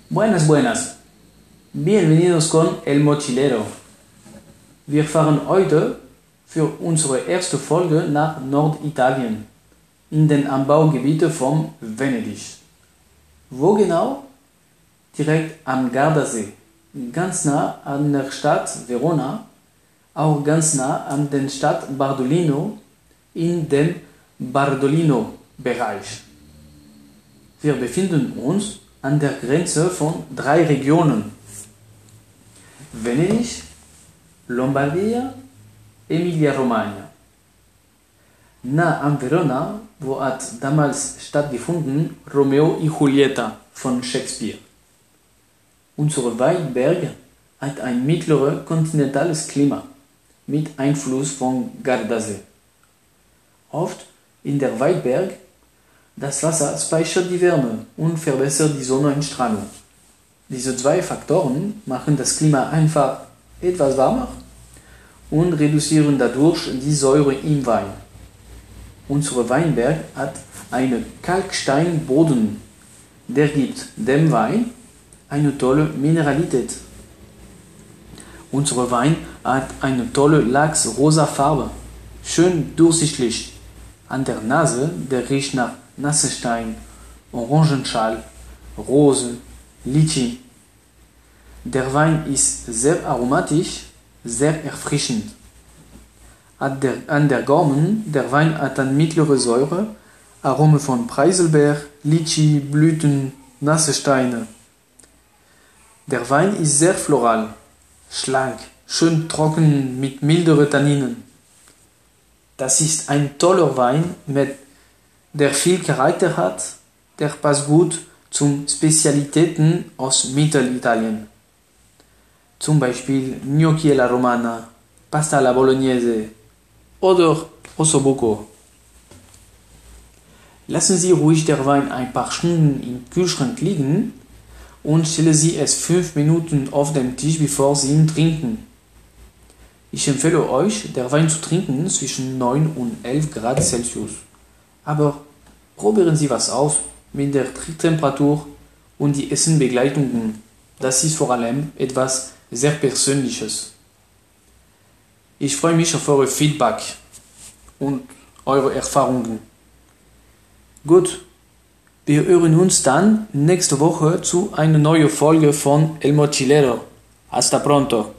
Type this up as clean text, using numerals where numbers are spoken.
Buenas, buenas. Bienvenidos con El Mochilero. Wir fahren heute für unsere erste Folge nach Norditalien, in den Anbaugebieten von Venedig. Wo genau? Direkt am Gardasee, ganz nah an der Stadt Verona, auch ganz nah an der Stadt Bardolino in dem Bardolino-Bereich. Wir befinden uns an der Grenze von 3 Regionen: Venedig, Lombardia, Emilia-Romagna. Nah an Verona, wo hat damals stattgefunden Romeo y Julieta von Shakespeare. Unser Weinberg hat ein mittleres kontinentales Klima mit Einfluss von Gardasee. Oft in der Weinberg, das Wasser speichert die Wärme und verbessert die Sonneneinstrahlung. Diese 2 Faktoren machen das Klima einfach etwas warmer und reduzieren dadurch die Säure im Wein. Unser Weinberg hat einen Kalksteinboden, der gibt dem Wein eine tolle Mineralität. Unser Wein hat eine tolle lachsrosa Farbe, schön durchsichtig. An der Nase, der riecht nach Nassestein, Orangenschal, Rose, Litchi. Der Wein ist sehr aromatisch, sehr erfrischend. An der Gaumen, der Wein hat eine mittlere Säure, Arome von Preiselbeer, Litchi, Blüten, Nassesteine. Der Wein ist sehr floral, schlank, schön trocken mit milderen Tanninen. Das ist ein toller Wein, der viel Charakter hat, der passt gut zu Spezialitäten aus Mittelitalien. Zum Beispiel Gnocchi alla Romana, Pasta alla Bolognese oder Ossobuco. Lassen Sie ruhig den Wein ein paar Stunden im Kühlschrank liegen und stellen Sie es 5 Minuten auf den Tisch, bevor Sie ihn trinken. Ich empfehle euch, den Wein zu trinken zwischen 9 und 11 Grad Celsius. Aber probieren Sie was aus mit der Trinktemperatur und die Essenbegleitungen. Das ist vor allem etwas sehr Persönliches. Ich freue mich auf eure Feedback und eure Erfahrungen. Gut, wir hören uns dann nächste Woche zu einer neuen Folge von El Mochilero. Hasta pronto!